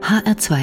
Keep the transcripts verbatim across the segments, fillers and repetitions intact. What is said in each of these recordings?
H R zwei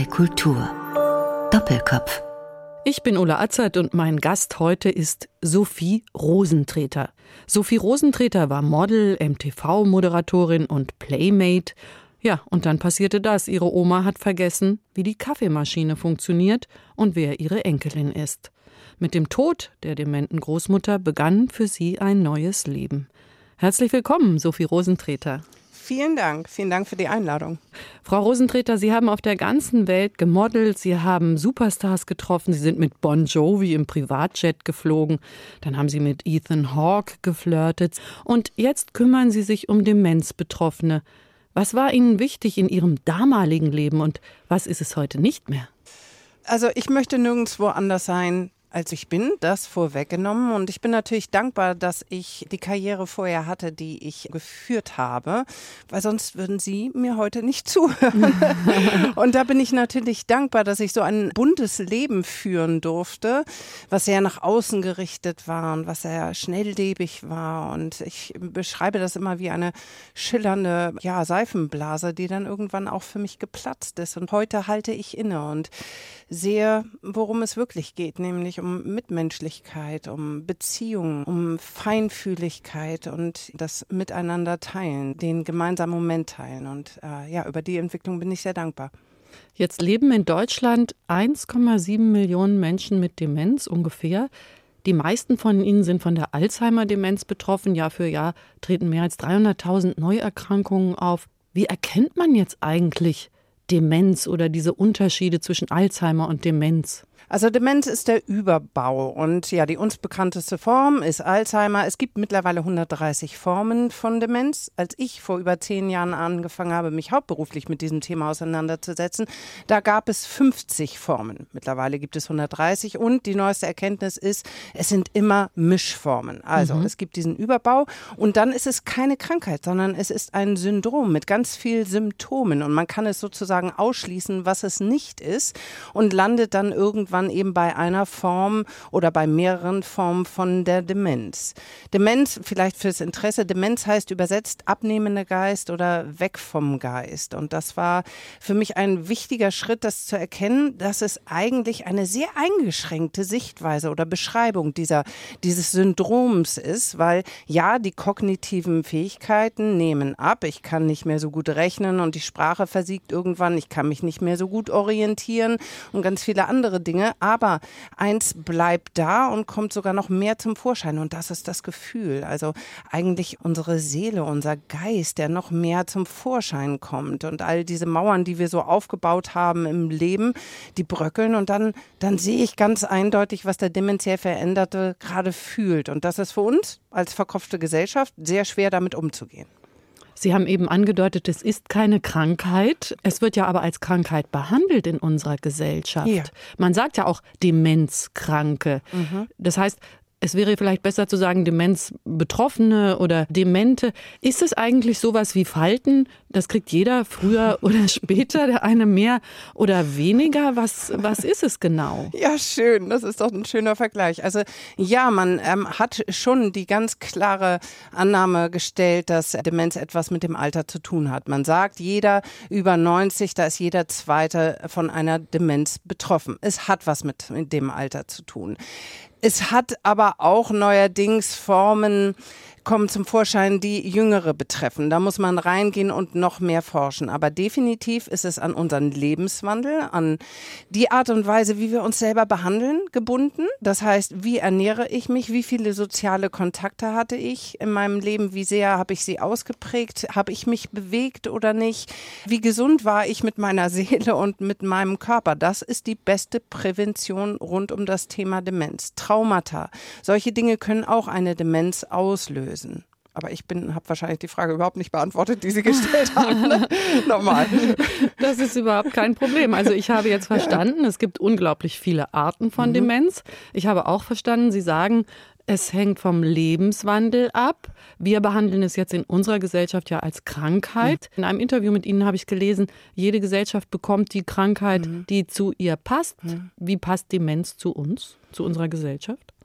Kultur Doppelkopf. Ich bin Ulla Azad und mein Gast heute ist Sophie Rosentreter. Sophie Rosentreter war Model, M T V-Moderatorin und Playmate. Ja, und dann passierte das. Ihre Oma hat vergessen, wie die Kaffeemaschine funktioniert und wer ihre Enkelin ist. Mit dem Tod der dementen Großmutter begann für sie ein neues Leben. Herzlich willkommen, Sophie Rosentreter. Vielen Dank. Vielen Dank für die Einladung. Frau Rosentreter, Sie haben auf der ganzen Welt gemodelt, Sie haben Superstars getroffen, Sie sind mit Bon Jovi im Privatjet geflogen, dann haben Sie mit Ethan Hawke geflirtet und jetzt kümmern Sie sich um Demenzbetroffene. Was war Ihnen wichtig in Ihrem damaligen Leben und was ist es heute nicht mehr? Also ich möchte nirgendwo anders sein, als ich bin, das vorweggenommen. Und ich bin natürlich dankbar, dass ich die Karriere vorher hatte, die ich geführt habe, weil sonst würden Sie mir heute nicht zuhören. Und da bin ich natürlich dankbar, dass ich so ein buntes Leben führen durfte, was sehr nach außen gerichtet war und was sehr schnelllebig war. Und ich beschreibe das immer wie eine schillernde ja, Seifenblase, die dann irgendwann auch für mich geplatzt ist. Und heute halte ich inne und sehe, worum es wirklich geht, nämlich um Mitmenschlichkeit, um Beziehungen, um Feinfühligkeit und das Miteinander teilen, den gemeinsamen Moment teilen. Und äh, ja, über die Entwicklung bin ich sehr dankbar. Jetzt leben in Deutschland eins Komma sieben Millionen Menschen mit Demenz ungefähr. Die meisten von ihnen sind von der Alzheimer-Demenz betroffen. Jahr für Jahr treten mehr als dreihunderttausend Neuerkrankungen auf. Wie erkennt man jetzt eigentlich Demenz oder diese Unterschiede zwischen Alzheimer und Demenz? Also Demenz ist der Überbau und ja, die uns bekannteste Form ist Alzheimer. Es gibt mittlerweile hundertdreißig Formen von Demenz. Als ich vor über zehn Jahren angefangen habe, mich hauptberuflich mit diesem Thema auseinanderzusetzen, da gab es fünfzig Formen. Mittlerweile gibt es hundertdreißig und die neueste Erkenntnis ist, es sind immer Mischformen. Also mhm. es gibt diesen Überbau und dann ist es keine Krankheit, sondern es ist ein Syndrom mit ganz vielen Symptomen und man kann es sozusagen ausschließen, was es nicht ist und landet dann irgendwann eben bei einer Form oder bei mehreren Formen von der Demenz. Demenz, vielleicht fürs Interesse, Demenz heißt übersetzt abnehmender Geist oder weg vom Geist. Und das war für mich ein wichtiger Schritt, das zu erkennen, dass es eigentlich eine sehr eingeschränkte Sichtweise oder Beschreibung dieser, dieses Syndroms ist, weil ja, die kognitiven Fähigkeiten nehmen ab. Ich kann nicht mehr so gut rechnen und die Sprache versiegt irgendwann. Ich kann mich nicht mehr so gut orientieren und ganz viele andere Dinge. Aber eins bleibt da und kommt sogar noch mehr zum Vorschein und das ist das Gefühl. Also eigentlich unsere Seele, unser Geist, der noch mehr zum Vorschein kommt und all diese Mauern, die wir so aufgebaut haben im Leben, die bröckeln und dann, dann sehe ich ganz eindeutig, was der dementiell Veränderte gerade fühlt und das ist für uns als verkopfte Gesellschaft sehr schwer, damit umzugehen. Sie haben eben angedeutet, es ist keine Krankheit. Es wird ja aber als Krankheit behandelt in unserer Gesellschaft. Ja. Man sagt ja auch Demenzkranke. Mhm. Das heißt, es wäre vielleicht besser zu sagen Demenzbetroffene oder Demente. Ist es eigentlich sowas wie Falten? Das kriegt jeder früher oder später, der eine mehr oder weniger. Was, was ist es genau? Ja, schön. Das ist doch ein schöner Vergleich. Also ja, man ähm, hat schon die ganz klare Annahme gestellt, dass Demenz etwas mit dem Alter zu tun hat. Man sagt, jeder über neunzig, da ist jeder Zweite von einer Demenz betroffen. Es hat was mit, mit dem Alter zu tun. Es hat aber auch neuerdings Formen kommen zum Vorschein, die Jüngere betreffen. Da muss man reingehen und noch mehr forschen. Aber definitiv ist es an unseren Lebenswandel, an die Art und Weise, wie wir uns selber behandeln, gebunden. Das heißt, wie ernähre ich mich? Wie viele soziale Kontakte hatte ich in meinem Leben? Wie sehr habe ich sie ausgeprägt? Habe ich mich bewegt oder nicht? Wie gesund war ich mit meiner Seele und mit meinem Körper? Das ist die beste Prävention rund um das Thema Demenz. Traumata. Solche Dinge können auch eine Demenz auslösen. Aber ich bin, habe wahrscheinlich die Frage überhaupt nicht beantwortet, die Sie gestellt haben. Ne? Nochmal. Das ist überhaupt kein Problem. Also ich habe jetzt verstanden, es gibt unglaublich viele Arten von mhm. Demenz. Ich habe auch verstanden, Sie sagen, es hängt vom Lebenswandel ab. Wir behandeln es jetzt in unserer Gesellschaft ja als Krankheit. Mhm. In einem Interview mit Ihnen habe ich gelesen, jede Gesellschaft bekommt die Krankheit, mhm. die zu ihr passt. Mhm. Wie passt Demenz zu uns, zu unserer Gesellschaft?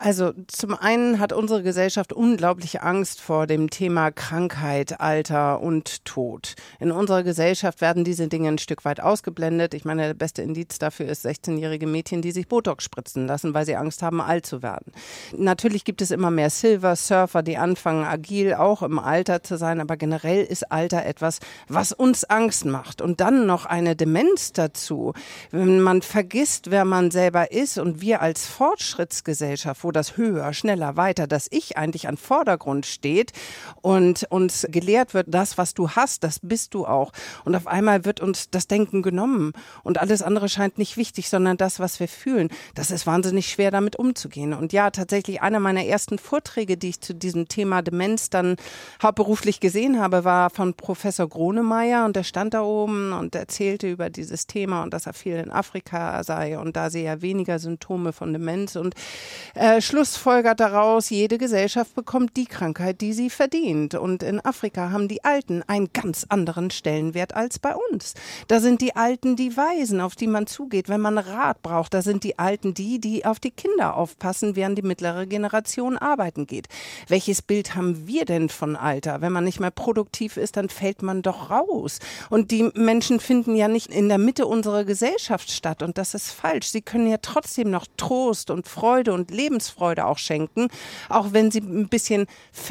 Also zum einen hat unsere Gesellschaft unglaubliche Angst vor dem Thema Krankheit, Alter und Tod. In unserer Gesellschaft werden diese Dinge ein Stück weit ausgeblendet. Ich meine, der beste Indiz dafür ist sechzehnjährige Mädchen, die sich Botox spritzen lassen, weil sie Angst haben, alt zu werden. Natürlich gibt es immer mehr Silver Surfer, die anfangen, agil auch im Alter zu sein. Aber generell ist Alter etwas, was uns Angst macht. Und dann noch eine Demenz dazu. Wenn man vergisst, wer man selber ist und wir als Fortschrittsgesellschaft, wo das höher, schneller, weiter, das Ich eigentlich an Vordergrund steht und uns gelehrt wird, das, was du hast, das bist du auch. Und auf einmal wird uns das Denken genommen und alles andere scheint nicht wichtig, sondern das, was wir fühlen. Das ist wahnsinnig schwer, damit umzugehen. Und ja, tatsächlich einer meiner ersten Vorträge, die ich zu diesem Thema Demenz dann hauptberuflich gesehen habe, war von Professor Gronemeyer und der stand da oben und erzählte über dieses Thema und dass er viel in Afrika sei und da sehe er weniger Symptome von Demenz und äh, schlussfolgert daraus, jede Gesellschaft bekommt die Krankheit, die sie verdient. Und in Afrika haben die Alten einen ganz anderen Stellenwert als bei uns. Da sind die Alten die Weisen, auf die man zugeht, wenn man Rat braucht. Da sind die Alten die, die auf die Kinder aufpassen, während die mittlere Generation arbeiten geht. Welches Bild haben wir denn von Alter? Wenn man nicht mehr produktiv ist, dann fällt man doch raus. Und die Menschen finden ja nicht in der Mitte unserer Gesellschaft statt. Und das ist falsch. Sie können ja trotzdem noch Trost und Freude und Lebensfreude auch schenken, auch wenn sie ein bisschen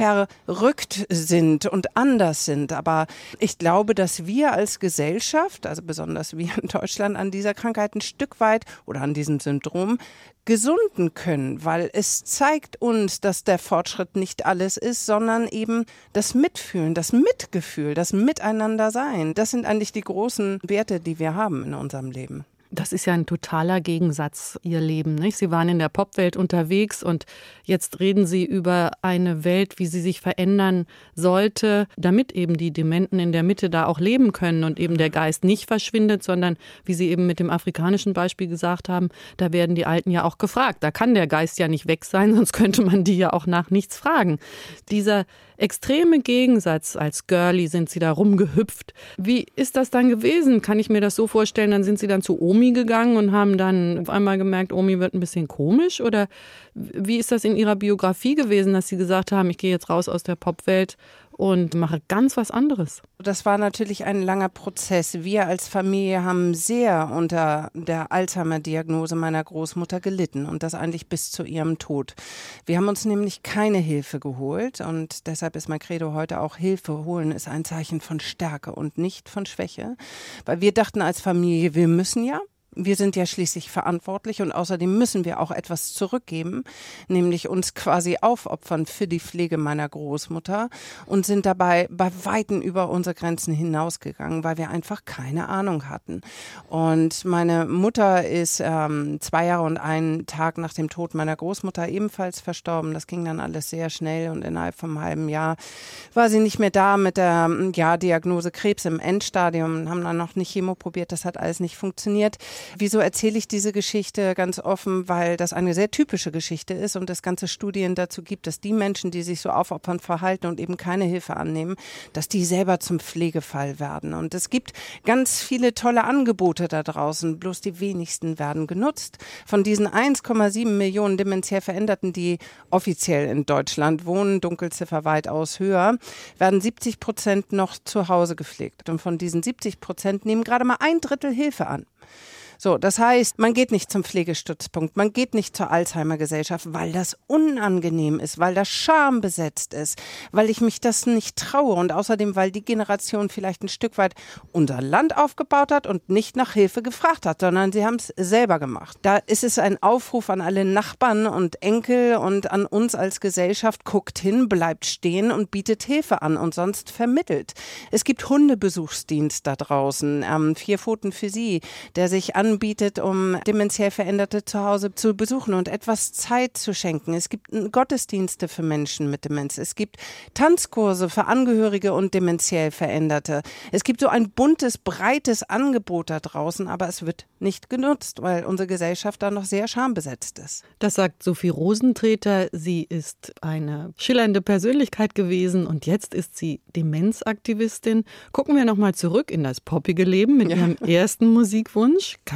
verrückt sind und anders sind. Aber ich glaube, dass wir als Gesellschaft, also besonders wir in Deutschland, an dieser Krankheit ein Stück weit oder an diesem Syndrom gesunden können, weil es zeigt uns, dass der Fortschritt nicht alles ist, sondern eben das Mitfühlen, das Mitgefühl, das Miteinandersein. Das sind eigentlich die großen Werte, die wir haben in unserem Leben. Das ist ja ein totaler Gegensatz, Ihr Leben, nicht? Sie waren in der Popwelt unterwegs und jetzt reden Sie über eine Welt, wie sie sich verändern sollte, damit eben die Dementen in der Mitte da auch leben können und eben der Geist nicht verschwindet, sondern, wie Sie eben mit dem afrikanischen Beispiel gesagt haben, da werden die Alten ja auch gefragt. Da kann der Geist ja nicht weg sein, sonst könnte man die ja auch nach nichts fragen. Dieser extreme Gegensatz, als Girlie sind Sie da rumgehüpft. Wie ist das dann gewesen? Kann ich mir das so vorstellen, dann sind Sie dann zu Omi gegangen und haben dann auf einmal gemerkt, Omi wird ein bisschen komisch? Oder wie ist das in Ihrer Biografie gewesen, dass Sie gesagt haben, ich gehe jetzt raus aus der Popwelt und mache ganz was anderes? Das war natürlich ein langer Prozess. Wir als Familie haben sehr unter der Alzheimer-Diagnose meiner Großmutter gelitten und das eigentlich bis zu ihrem Tod. Wir haben uns nämlich keine Hilfe geholt und deshalb ist mein Credo heute auch, Hilfe holen ist ein Zeichen von Stärke und nicht von Schwäche. Weil wir dachten als Familie, wir müssen ja. Wir sind ja schließlich verantwortlich und außerdem müssen wir auch etwas zurückgeben, nämlich uns quasi aufopfern für die Pflege meiner Großmutter und sind dabei bei Weitem über unsere Grenzen hinausgegangen, weil wir einfach keine Ahnung hatten. Und meine Mutter ist ähm, zwei Jahre und einen Tag nach dem Tod meiner Großmutter ebenfalls verstorben. Das ging dann alles sehr schnell und innerhalb von einem halben Jahr war sie nicht mehr da mit der ja, Diagnose Krebs im Endstadium, haben dann noch eine Chemo probiert, das hat alles nicht funktioniert. Wieso erzähle ich diese Geschichte ganz offen? Weil das eine sehr typische Geschichte ist und es ganze Studien dazu gibt, dass die Menschen, die sich so aufopfernd verhalten und eben keine Hilfe annehmen, dass die selber zum Pflegefall werden. Und es gibt ganz viele tolle Angebote da draußen, bloß die wenigsten werden genutzt. Von diesen eins Komma sieben Millionen dementiell Veränderten, die offiziell in Deutschland wohnen, Dunkelziffer weitaus höher, werden siebzig Prozent noch zu Hause gepflegt. Und von diesen siebzig Prozent nehmen gerade mal ein Drittel Hilfe an. So, das heißt, man geht nicht zum Pflegestützpunkt, man geht nicht zur Alzheimer-Gesellschaft, weil das unangenehm ist, weil das schambesetzt ist, weil ich mich das nicht traue und außerdem, weil die Generation vielleicht ein Stück weit unser Land aufgebaut hat und nicht nach Hilfe gefragt hat, sondern sie haben es selber gemacht. Da ist es ein Aufruf an alle Nachbarn und Enkel und an uns als Gesellschaft, guckt hin, bleibt stehen und bietet Hilfe an und sonst vermittelt. Es gibt Hundebesuchsdienst da draußen, ähm, Vier Pfoten für Sie, der sich an anbietet, um dementiell Veränderte zu Hause zu besuchen und etwas Zeit zu schenken. Es gibt Gottesdienste für Menschen mit Demenz. Es gibt Tanzkurse für Angehörige und dementiell Veränderte. Es gibt so ein buntes, breites Angebot da draußen, aber es wird nicht genutzt, weil unsere Gesellschaft da noch sehr schambesetzt ist. Das sagt Sophie Rosentreter. Sie ist eine schillernde Persönlichkeit gewesen und jetzt ist sie Demenzaktivistin. Gucken wir nochmal zurück in das poppige Leben mit ja. ihrem ersten Musikwunsch.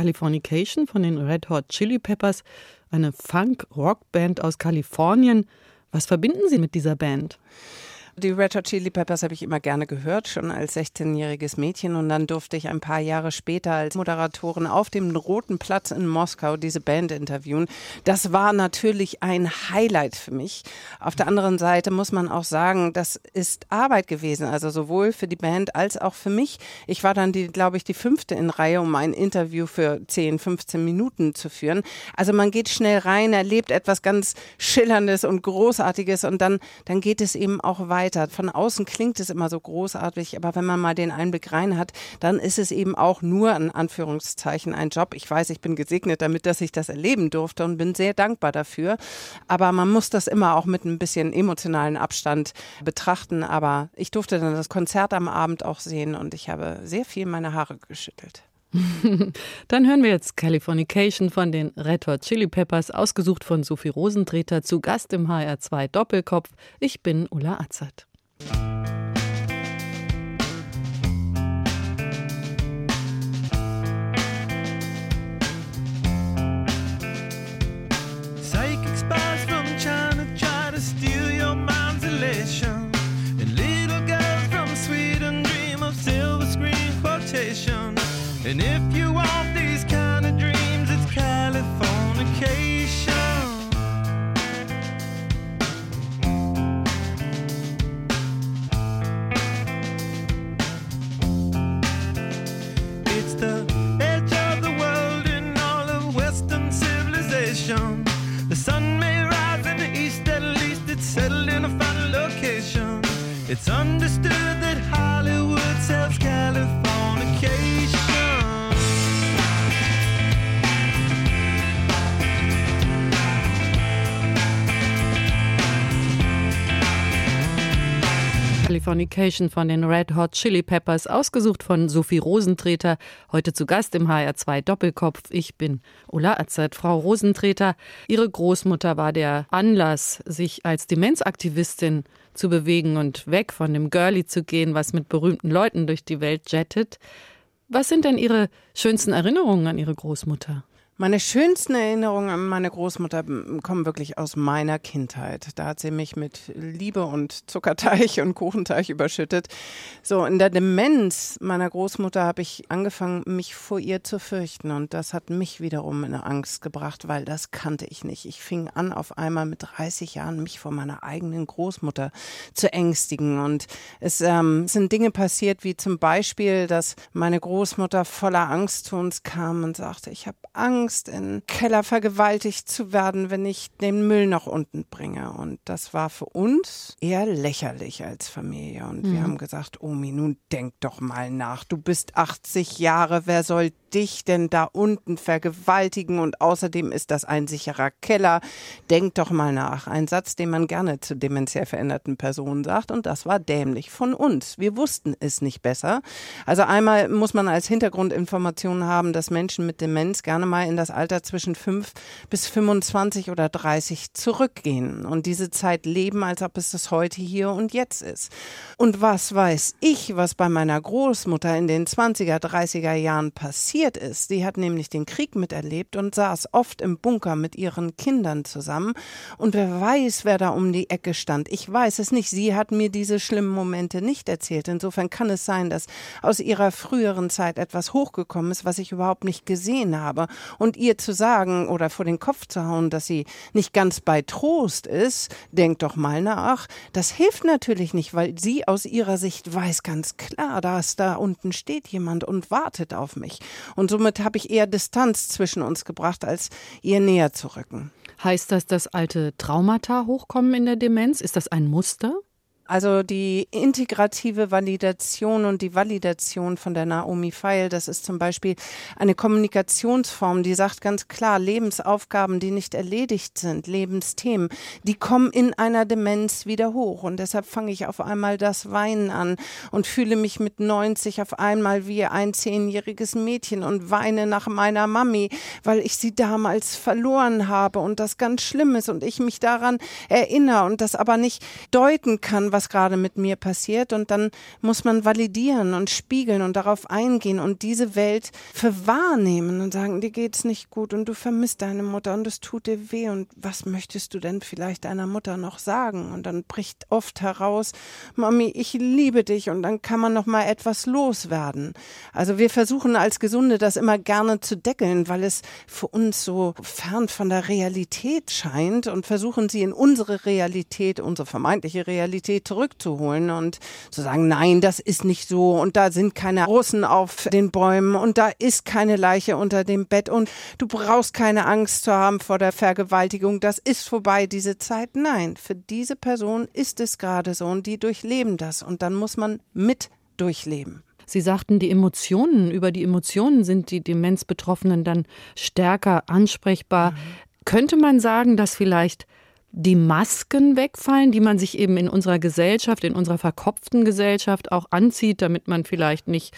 Californication von den Red Hot Chili Peppers, eine Funk-Rock-Band aus Kalifornien. Was verbinden Sie mit dieser Band? Die Red Hot Chili Peppers habe ich immer gerne gehört, schon als sechzehnjähriges Mädchen. Und dann durfte ich ein paar Jahre später als Moderatorin auf dem Roten Platz in Moskau diese Band interviewen. Das war natürlich ein Highlight für mich. Auf der anderen Seite muss man auch sagen, das ist Arbeit gewesen, also sowohl für die Band als auch für mich. Ich war dann, die, glaube ich, die fünfte in Reihe, um ein Interview für zehn, fünfzehn Minuten zu führen. Also man geht schnell rein, erlebt etwas ganz Schillerndes und Großartiges und dann, dann geht es eben auch weiter. Von außen klingt es immer so großartig, aber wenn man mal den Einblick rein hat, dann ist es eben auch nur in Anführungszeichen ein Job. Ich weiß, ich bin gesegnet damit, dass ich das erleben durfte und bin sehr dankbar dafür. Aber man muss das immer auch mit ein bisschen emotionalen Abstand betrachten. Aber ich durfte dann das Konzert am Abend auch sehen und ich habe sehr viel meine Haare geschüttelt. Dann hören wir jetzt Californication von den Red Hot Chili Peppers, ausgesucht von Sophie Rosentreter, zu Gast im H R zwei Doppelkopf. Ich bin Ulla Azad. Psychic spies from China try to steal your mind's elation, and little girls from Sweden dream of silver screen quotation. And if you want these kind of dreams, it's Californication. It's the edge of the world in all of Western civilization. The sun may rise in the east, at least it's settled in a final location. It's understood that Hollywood sells Californication. Californication von den Red Hot Chili Peppers, ausgesucht von Sophie Rosentreter, heute zu Gast im H R zwei Doppelkopf. Ich bin Ulla Azad. Frau Rosentreter, Ihre Großmutter war der Anlass, sich als Demenzaktivistin zu bewegen und weg von dem Girlie zu gehen, was mit berühmten Leuten durch die Welt jettet. Was sind denn Ihre schönsten Erinnerungen an Ihre Großmutter? Meine schönsten Erinnerungen an meine Großmutter kommen wirklich aus meiner Kindheit. Da hat sie mich mit Liebe und Zuckerteig und Kuchenteig überschüttet. So, in der Demenz meiner Großmutter habe ich angefangen, mich vor ihr zu fürchten. Und das hat mich wiederum in Angst gebracht, weil das kannte ich nicht. Ich fing an, auf einmal mit dreißig Jahren mich vor meiner eigenen Großmutter zu ängstigen. Und es ähm, sind Dinge passiert, wie zum Beispiel, dass meine Großmutter voller Angst zu uns kam und sagte, ich habe Angst, im Keller vergewaltigt zu werden, wenn ich den Müll nach unten bringe. Und das war für uns eher lächerlich als Familie. Und mhm. wir haben gesagt, Omi, nun denk doch mal nach. Du bist achtzig Jahre, wer soll dich denn da unten vergewaltigen? Und außerdem ist das ein sicherer Keller. Denk doch mal nach. Ein Satz, den man gerne zu dementiell veränderten Personen sagt. Und das war dämlich von uns. Wir wussten es nicht besser. Also einmal muss man als Hintergrundinformation haben, dass Menschen mit Demenz gerne mal in das Alter zwischen fünf bis fünfundzwanzig oder dreißig zurückgehen und diese Zeit leben, als ob es das heute, hier und jetzt ist. Und was weiß ich, was bei meiner Großmutter in den zwanziger, dreißiger Jahren passiert ist. Die hat nämlich den Krieg miterlebt und saß oft im Bunker mit ihren Kindern zusammen. Und wer weiß, wer da um die Ecke stand. Ich weiß es nicht. Sie hat mir diese schlimmen Momente nicht erzählt. Insofern kann es sein, dass aus ihrer früheren Zeit etwas hochgekommen ist, was ich überhaupt nicht gesehen habe. Und ihr zu sagen oder vor den Kopf zu hauen, dass sie nicht ganz bei Trost ist, denkt doch mal nach, das hilft natürlich nicht, weil sie aus ihrer Sicht weiß ganz klar, dass da unten steht jemand und wartet auf mich. Und somit habe ich eher Distanz zwischen uns gebracht, als ihr näher zu rücken. Heißt das, dass alte Traumata hochkommen in der Demenz? Ist das ein Muster? Also die integrative Validation und die Validation von der Naomi Feil, das ist zum Beispiel eine Kommunikationsform, die sagt ganz klar, Lebensaufgaben, die nicht erledigt sind, Lebensthemen, die kommen in einer Demenz wieder hoch. Und deshalb fange ich auf einmal das Weinen an und fühle mich mit neunzig auf einmal wie ein zehnjähriges Mädchen und weine nach meiner Mami, weil ich sie damals verloren habe und das ganz schlimm ist und ich mich daran erinnere und das aber nicht deuten kann, was gerade mit mir passiert und dann muss man validieren und spiegeln und darauf eingehen und diese Welt für wahrnehmen und sagen, dir geht's nicht gut und du vermisst deine Mutter und es tut dir weh und was möchtest du denn vielleicht deiner Mutter noch sagen? Und dann bricht oft heraus, Mami, ich liebe dich und dann kann man noch mal etwas loswerden. Also wir versuchen als Gesunde das immer gerne zu deckeln, weil es für uns so fern von der Realität scheint und versuchen sie in unsere Realität, unsere vermeintliche Realität zurückzuholen und zu sagen, nein, das ist nicht so und da sind keine Russen auf den Bäumen und da ist keine Leiche unter dem Bett und du brauchst keine Angst zu haben vor der Vergewaltigung, das ist vorbei, diese Zeit. Nein, für diese Person ist es gerade so und die durchleben das und dann muss man mit durchleben. Sie sagten, die Emotionen, über die Emotionen sind die Demenzbetroffenen dann stärker ansprechbar. Mhm. Könnte man sagen, dass vielleicht die Masken wegfallen, die man sich eben in unserer Gesellschaft, in unserer verkopften Gesellschaft auch anzieht, damit man vielleicht nicht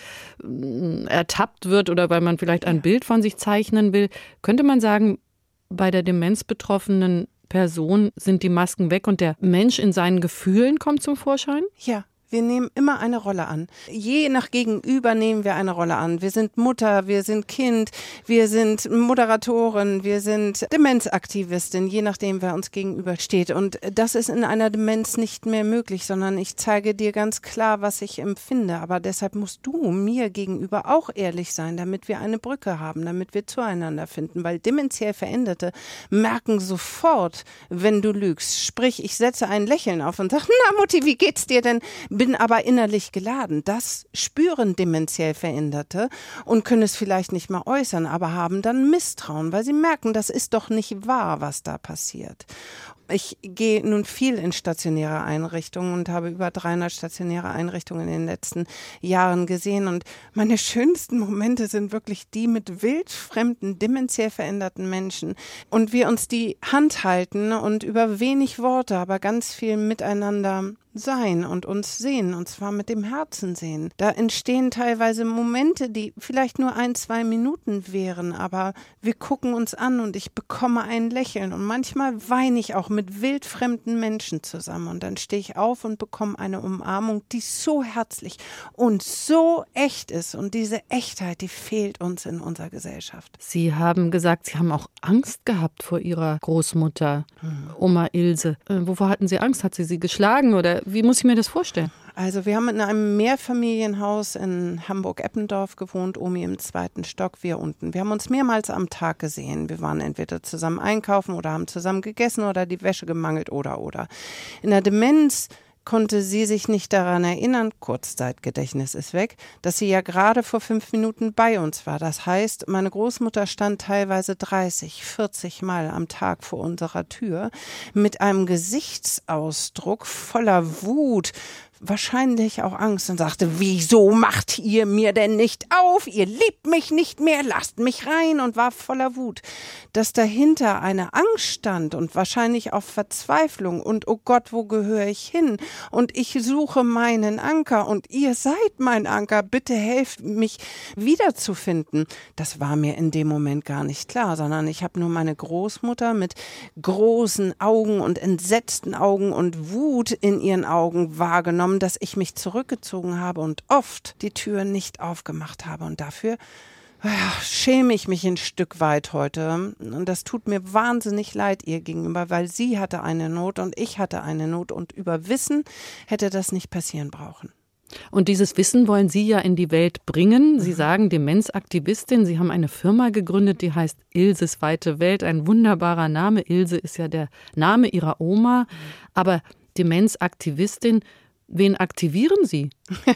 ertappt wird oder weil man vielleicht ein Bild von sich zeichnen will? Könnte man sagen, bei der demenzbetroffenen Person sind die Masken weg und der Mensch in seinen Gefühlen kommt zum Vorschein? Ja. Wir nehmen immer eine Rolle an. Je nach Gegenüber nehmen wir eine Rolle an. Wir sind Mutter, wir sind Kind, wir sind Moderatorin, wir sind Demenzaktivistin, je nachdem, wer uns gegenübersteht. Und das ist in einer Demenz nicht mehr möglich, sondern ich zeige dir ganz klar, was ich empfinde. Aber deshalb musst du mir gegenüber auch ehrlich sein, damit wir eine Brücke haben, damit wir zueinander finden. Weil dementiell Veränderte merken sofort, wenn du lügst. Sprich, ich setze ein Lächeln auf und sage, na Mutti, wie geht's dir denn? Bin aber innerlich geladen. Das spüren dementiell Veränderte und können es vielleicht nicht mal äußern, aber haben dann Misstrauen, weil sie merken, das ist doch nicht wahr, was da passiert. Ich gehe nun viel in stationäre Einrichtungen und habe über dreihundert stationäre Einrichtungen in den letzten Jahren gesehen. Und meine schönsten Momente sind wirklich die mit wildfremden, dementiell veränderten Menschen. Und wir uns die Hand halten und über wenig Worte, aber ganz viel miteinander sein und uns sehen, und zwar mit dem Herzen sehen. Da entstehen teilweise Momente, die vielleicht nur ein, zwei Minuten wären, aber wir gucken uns an und ich bekomme ein Lächeln und manchmal weine ich auch mit wildfremden Menschen zusammen und dann stehe ich auf und bekomme eine Umarmung, die so herzlich und so echt ist und diese Echtheit, die fehlt uns in unserer Gesellschaft. Sie haben gesagt, Sie haben auch Angst gehabt vor Ihrer Großmutter, hm. Oma Ilse. Äh, wovor hatten Sie Angst? Hat sie Sie geschlagen oder wie muss ich mir das vorstellen? Also wir haben in einem Mehrfamilienhaus in Hamburg-Eppendorf gewohnt, Omi im zweiten Stock, wir unten. Wir haben uns mehrmals am Tag gesehen. Wir waren entweder zusammen einkaufen oder haben zusammen gegessen oder die Wäsche gemangelt oder oder. In der Demenz konnte sie sich nicht daran erinnern, Kurzzeitgedächtnis ist weg, dass sie ja gerade vor fünf Minuten bei uns war. Das heißt, meine Großmutter stand teilweise dreißig, vierzig Mal am Tag vor unserer Tür mit einem Gesichtsausdruck voller Wut, wahrscheinlich auch Angst und sagte, wieso macht ihr mir denn nicht auf? Ihr liebt mich nicht mehr, lasst mich rein, und war voller Wut. Dass dahinter eine Angst stand und wahrscheinlich auch Verzweiflung und oh Gott, wo gehöre ich hin? Und ich suche meinen Anker und ihr seid mein Anker, bitte helft mich wiederzufinden. Das war mir in dem Moment gar nicht klar, sondern ich habe nur meine Großmutter mit großen Augen und entsetzten Augen und Wut in ihren Augen wahrgenommen, dass ich mich zurückgezogen habe und oft die Tür nicht aufgemacht habe. Und dafür ja, schäme ich mich ein Stück weit heute. Und das tut mir wahnsinnig leid ihr gegenüber, weil sie hatte eine Not und ich hatte eine Not. Und über Wissen hätte das nicht passieren brauchen. Und dieses Wissen wollen Sie ja in die Welt bringen. Sie sagen Demenzaktivistin. Sie haben eine Firma gegründet, die heißt Ilses weite Welt. Ein wunderbarer Name. Ilse ist ja der Name ihrer Oma. Aber Demenzaktivistin, wen aktivieren Sie?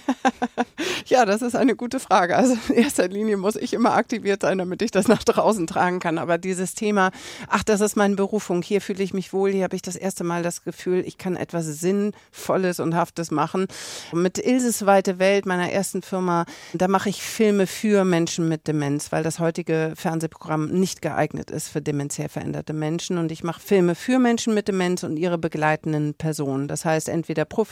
Ja, das ist eine gute Frage. Also in erster Linie muss ich immer aktiviert sein, damit ich das nach draußen tragen kann. Aber dieses Thema, ach, das ist meine Berufung, hier fühle ich mich wohl, hier habe ich das erste Mal das Gefühl, ich kann etwas Sinnvolles und Haftes machen. Mit Ilses weite Welt, meiner ersten Firma, da mache ich Filme für Menschen mit Demenz, weil das heutige Fernsehprogramm nicht geeignet ist für dementiell veränderte Menschen. Und ich mache Filme für Menschen mit Demenz und ihre begleitenden Personen. Das heißt, entweder professionell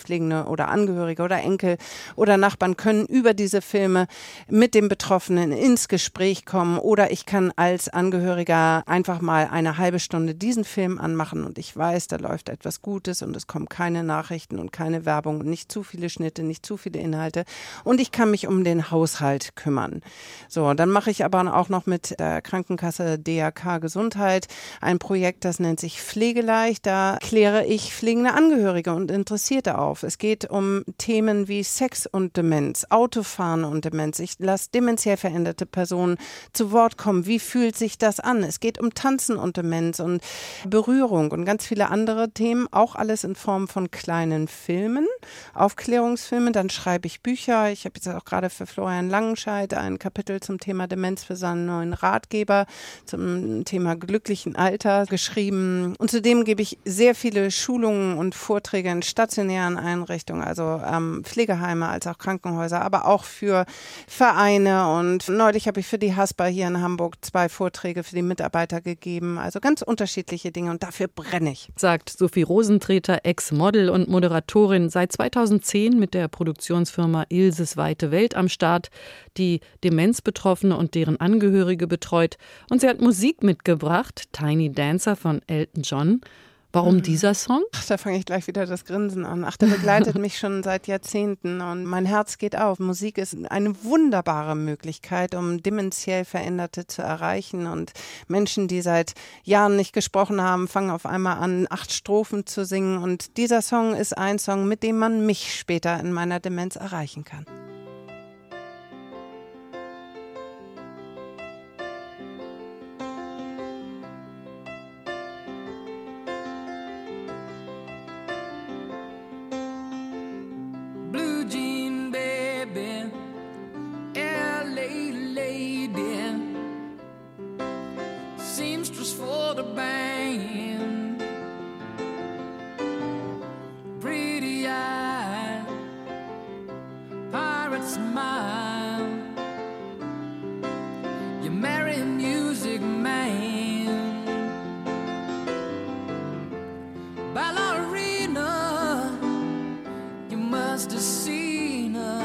Pflegende oder Angehörige oder Enkel oder Nachbarn können über diese Filme mit dem Betroffenen ins Gespräch kommen oder ich kann als Angehöriger einfach mal eine halbe Stunde diesen Film anmachen und ich weiß, da läuft etwas Gutes und es kommen keine Nachrichten und keine Werbung und nicht zu viele Schnitte, nicht zu viele Inhalte und ich kann mich um den Haushalt kümmern. So, dann mache ich aber auch noch mit der Krankenkasse D R K Gesundheit ein Projekt, das nennt sich Pflegeleicht. Da kläre ich pflegende Angehörige und Interessierte auf. Es geht um Themen wie Sex und Demenz, Autofahren und Demenz. Ich lasse dementiell veränderte Personen zu Wort kommen. Wie fühlt sich das an? Es geht um Tanzen und Demenz und Berührung und ganz viele andere Themen, auch alles in Form von kleinen Filmen, Aufklärungsfilmen. Dann schreibe ich Bücher. Ich habe jetzt auch gerade für Florian Langenscheidt ein Kapitel zum Thema Demenz für seinen neuen Ratgeber zum Thema glücklichen Alter geschrieben. Und zudem gebe ich sehr viele Schulungen und Vorträge in stationären Einrichtungen, also ähm, Pflegeheime als auch Krankenhäuser, aber auch für Vereine. Und neulich habe ich für die Haspa hier in Hamburg zwei Vorträge für die Mitarbeiter gegeben. Also ganz unterschiedliche Dinge und dafür brenne ich. Sagt Sophie Rosentreter, Ex-Model und Moderatorin, seit zweitausendzehn mit der Produktionsfirma Ilses Weite Welt am Start, die Demenzbetroffene und deren Angehörige betreut. Und sie hat Musik mitgebracht, Tiny Dancer von Elton John. Warum dieser Song? Ach, da fange ich gleich wieder das Grinsen an. Ach, der begleitet mich schon seit Jahrzehnten und mein Herz geht auf. Musik ist eine wunderbare Möglichkeit, um dementiell Veränderte zu erreichen und Menschen, die seit Jahren nicht gesprochen haben, fangen auf einmal an, acht Strophen zu singen und dieser Song ist ein Song, mit dem man mich später in meiner Demenz erreichen kann. For the band, pretty eye, pirate smile. You marry a music man, ballerina. You must have seen her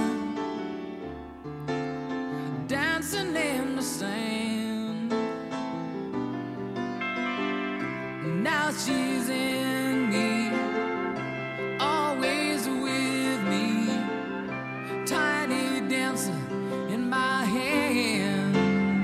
dancing in the sand. Now she's in me, always with me, tiny dancer in my hand.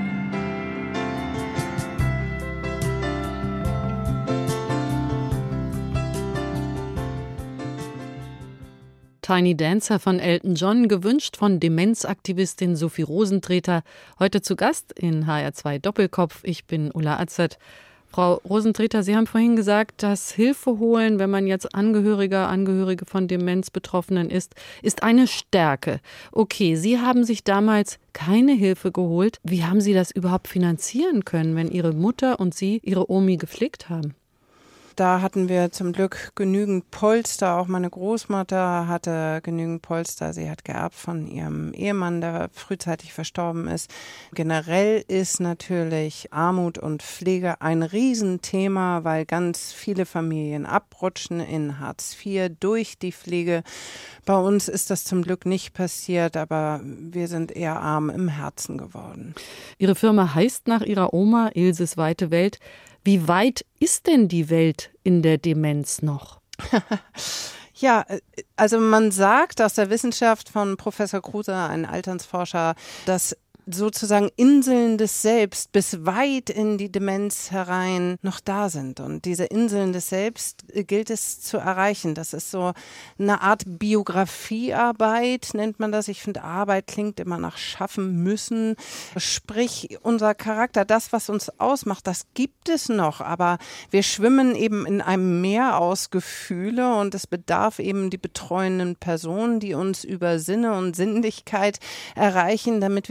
Tiny Dancer von Elton John, gewünscht von Demenzaktivistin Sophie Rosentreter. Heute zu Gast in H R zwei Doppelkopf. Ich bin Ulla Azad. Frau Rosentreter, Sie haben vorhin gesagt, dass Hilfe holen, wenn man jetzt Angehöriger, Angehörige von Demenzbetroffenen ist, ist eine Stärke. Okay, Sie haben sich damals keine Hilfe geholt. Wie haben Sie das überhaupt finanzieren können, wenn Ihre Mutter und Sie Ihre Omi gepflegt haben? Da hatten wir zum Glück genügend Polster. Auch meine Großmutter hatte genügend Polster. Sie hat geerbt von ihrem Ehemann, der frühzeitig verstorben ist. Generell ist natürlich Armut und Pflege ein Riesenthema, weil ganz viele Familien abrutschen in Hartz vier durch die Pflege. Bei uns ist das zum Glück nicht passiert, aber wir sind eher arm im Herzen geworden. Ihre Firma heißt nach Ihrer Oma Ilses Weite Welt. Wie weit ist denn die Welt in der Demenz noch? Ja, also man sagt aus der Wissenschaft von Professor Kruse, ein Alternsforscher, dass sozusagen Inseln des Selbst bis weit in die Demenz herein noch da sind. Und diese Inseln des Selbst gilt es zu erreichen. Das ist so eine Art Biografiearbeit, nennt man das. Ich finde, Arbeit klingt immer nach schaffen müssen. Sprich, unser Charakter, das, was uns ausmacht, das gibt es noch. Aber wir schwimmen eben in einem Meer aus Gefühle und es bedarf eben die betreuenden Personen, die uns über Sinne und Sinnlichkeit erreichen, damit wir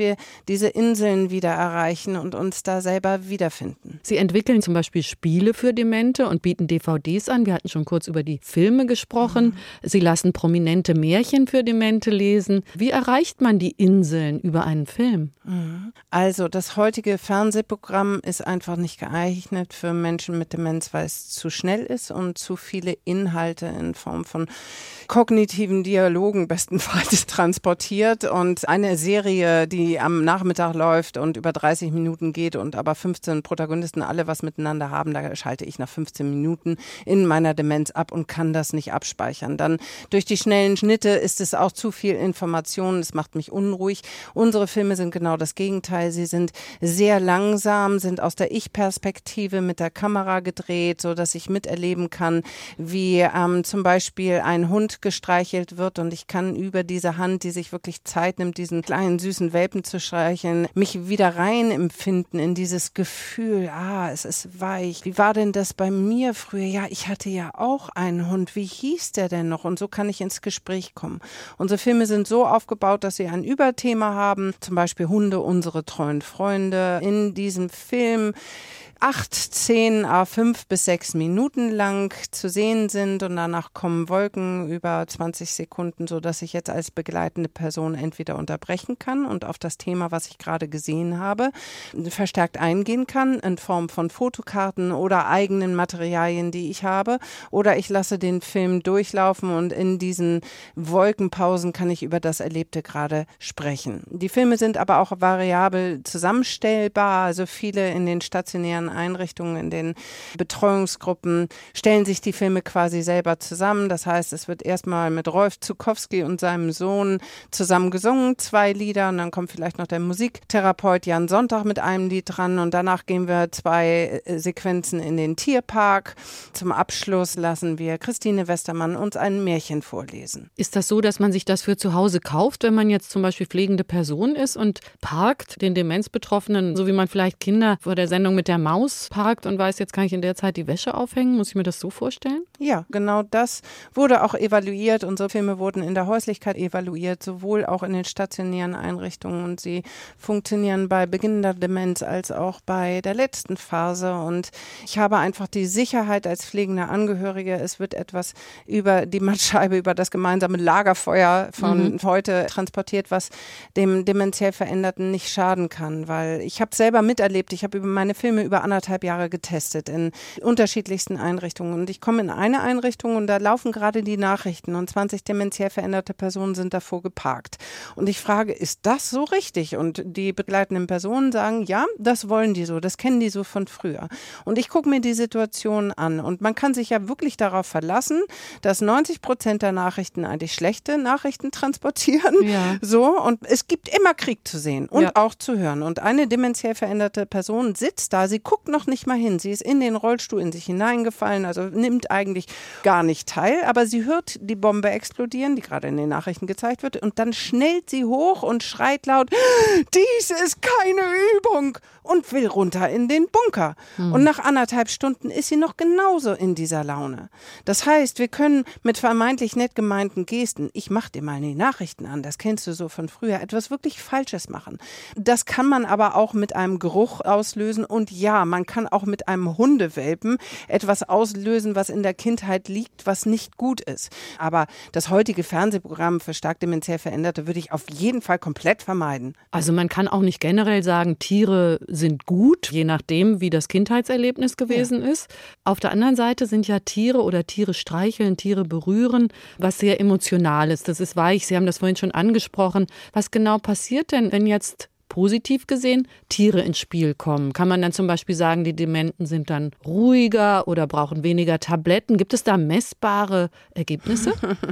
diese Inseln wieder erreichen und uns da selber wiederfinden. Sie entwickeln zum Beispiel Spiele für Demente und bieten D V Ds an. Wir hatten schon kurz über die Filme gesprochen. Mhm. Sie lassen prominente Märchen für Demente lesen. Wie erreicht man die Inseln über einen Film? Mhm. Also das heutige Fernsehprogramm ist einfach nicht geeignet für Menschen mit Demenz, weil es zu schnell ist und zu viele Inhalte in Form von kognitiven Dialogen bestenfalls transportiert. Und eine Serie, die am Nachmittag läuft und über dreißig Minuten geht und aber fünfzehn Protagonisten alle was miteinander haben, da schalte ich nach fünfzehn Minuten in meiner Demenz ab und kann das nicht abspeichern. Dann durch die schnellen Schnitte ist es auch zu viel Information, es macht mich unruhig. Unsere Filme sind genau das Gegenteil. Sie sind sehr langsam, sind aus der Ich-Perspektive mit der Kamera gedreht, so dass ich miterleben kann, wie ähm, zum Beispiel ein Hund gestreichelt wird und ich kann über diese Hand, die sich wirklich Zeit nimmt, diesen kleinen süßen Welpen zu streicheln, mich wieder rein empfinden in dieses Gefühl, ah, es ist weich. Wie war denn das bei mir früher? Ja, ich hatte ja auch einen Hund. Wie hieß der denn noch? Und so kann ich ins Gespräch kommen. Unsere Filme sind so aufgebaut, dass sie ein Überthema haben, zum Beispiel Hunde, unsere treuen Freunde. In diesem Film acht, zehn, a fünf bis sechs Minuten lang zu sehen sind und danach kommen Wolken über zwanzig Sekunden, so dass ich jetzt als begleitende Person entweder unterbrechen kann und auf das Thema, was ich gerade gesehen habe, verstärkt eingehen kann in Form von Fotokarten oder eigenen Materialien, die ich habe, oder ich lasse den Film durchlaufen und in diesen Wolkenpausen kann ich über das Erlebte gerade sprechen. Die Filme sind aber auch variabel zusammenstellbar, also viele in den stationären Einrichtungen, in den Betreuungsgruppen stellen sich die Filme quasi selber zusammen. Das heißt, es wird erstmal mit Rolf Zukowski und seinem Sohn zusammen gesungen, zwei Lieder, und dann kommt vielleicht noch der Musiktherapeut Jan Sonntag mit einem Lied dran und danach gehen wir zwei Sequenzen in den Tierpark. Zum Abschluss lassen wir Christine Westermann uns ein Märchen vorlesen. Ist das so, dass man sich das für zu Hause kauft, wenn man jetzt zum Beispiel pflegende Person ist und parkt den Demenzbetroffenen, so wie man vielleicht Kinder vor der Sendung mit der Maus parkt und weiß, jetzt kann ich in der Zeit die Wäsche aufhängen? Muss ich mir das so vorstellen? Ja, genau das wurde auch evaluiert. Unsere Filme wurden in der Häuslichkeit evaluiert, sowohl auch in den stationären Einrichtungen, und sie funktionieren bei beginnender Demenz als auch bei der letzten Phase. Und ich habe einfach die Sicherheit als pflegender Angehörige, es wird etwas über die Mattscheibe, über das gemeinsame Lagerfeuer von mhm. heute transportiert, was dem dementiell Veränderten nicht schaden kann, weil ich habe selber miterlebt, ich habe über meine Filme über anderthalb Jahre getestet in unterschiedlichsten Einrichtungen. Und ich komme in eine Einrichtung und da laufen gerade die Nachrichten und zwanzig dementiell veränderte Personen sind davor geparkt. Und ich frage, ist das so richtig? Und die begleitenden Personen sagen, ja, das wollen die so, das kennen die so von früher. Und ich gucke mir die Situation an und man kann sich ja wirklich darauf verlassen, dass neunzig Prozent der Nachrichten eigentlich schlechte Nachrichten transportieren. Ja. So, und es gibt immer Krieg zu sehen und ja. auch zu hören. Und eine dementiell veränderte Person sitzt da, sie guckt noch nicht mal hin. Sie ist in den Rollstuhl in sich hineingefallen, also nimmt eigentlich gar nicht teil, aber sie hört die Bombe explodieren, die gerade in den Nachrichten gezeigt wird, und dann schnellt sie hoch und schreit laut, dies ist keine Übung, und will runter in den Bunker. Hm. Und nach anderthalb Stunden ist sie noch genauso in dieser Laune. Das heißt, wir können mit vermeintlich nett gemeinten Gesten, ich mach dir mal die Nachrichten an, das kennst du so von früher, etwas wirklich Falsches machen. Das kann man aber auch mit einem Geruch auslösen, und ja, man kann auch mit einem Hundewelpen etwas auslösen, was in der Kindheit liegt, was nicht gut ist. Aber das heutige Fernsehprogramm für stark dementiell Veränderte würde ich auf jeden Fall komplett vermeiden. Also man kann auch nicht generell sagen, Tiere sind gut, je nachdem, wie das Kindheitserlebnis gewesen ja. ist. Auf der anderen Seite sind ja Tiere oder Tiere streicheln, Tiere berühren, was sehr Emotionales. Das ist weich, Sie haben das vorhin schon angesprochen. Was genau passiert denn, wenn jetzt positiv gesehen Tiere ins Spiel kommen? Kann man dann zum Beispiel sagen, die Dementen sind dann ruhiger oder brauchen weniger Tabletten? Gibt es da messbare Ergebnisse?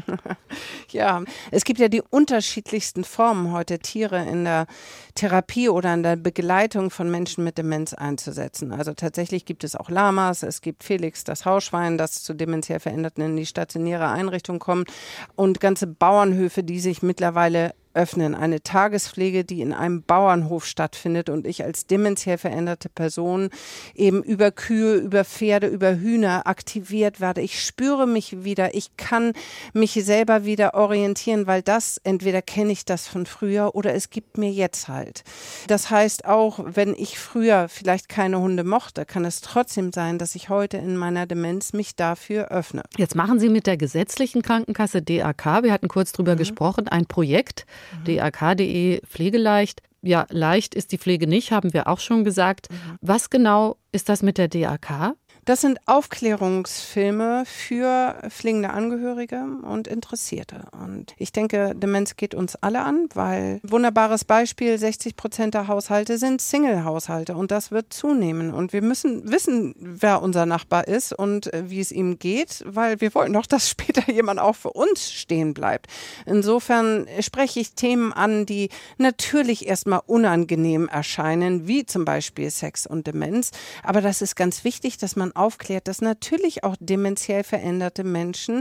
Ja, es gibt ja die unterschiedlichsten Formen heute, Tiere in der Therapie oder in der Begleitung von Menschen mit Demenz einzusetzen. Also tatsächlich gibt es auch Lamas, es gibt Felix, das Hausschwein, das zu dementiell Veränderten in die stationäre Einrichtung kommt, und ganze Bauernhöfe, die sich mittlerweile öffnen, eine Tagespflege, die in einem Bauernhof stattfindet und ich als dementiell veränderte Person eben über Kühe, über Pferde, über Hühner aktiviert werde. Ich spüre mich wieder, ich kann mich selber wieder orientieren, weil das, entweder kenne ich das von früher oder es gibt mir jetzt halt. Das heißt auch, wenn ich früher vielleicht keine Hunde mochte, kann es trotzdem sein, dass ich heute in meiner Demenz mich dafür öffne. Jetzt machen Sie mit der gesetzlichen Krankenkasse D A K, wir hatten kurz drüber mhm. gesprochen, ein Projekt, mhm. d a k punkt d e Pflegeleicht. Ja, leicht ist die Pflege nicht, haben wir auch schon gesagt. Mhm. Was genau ist das mit der D A K? Das sind Aufklärungsfilme für pflegende Angehörige und Interessierte. Und ich denke, Demenz geht uns alle an, weil wunderbares Beispiel, sechzig Prozent der Haushalte sind Single-Haushalte und das wird zunehmen. Und wir müssen wissen, wer unser Nachbar ist und wie es ihm geht, weil wir wollen doch, dass später jemand auch für uns stehen bleibt. Insofern spreche ich Themen an, die natürlich erstmal unangenehm erscheinen, wie zum Beispiel Sex und Demenz. Aber das ist ganz wichtig, dass man aufklärt, dass natürlich auch dementiell veränderte Menschen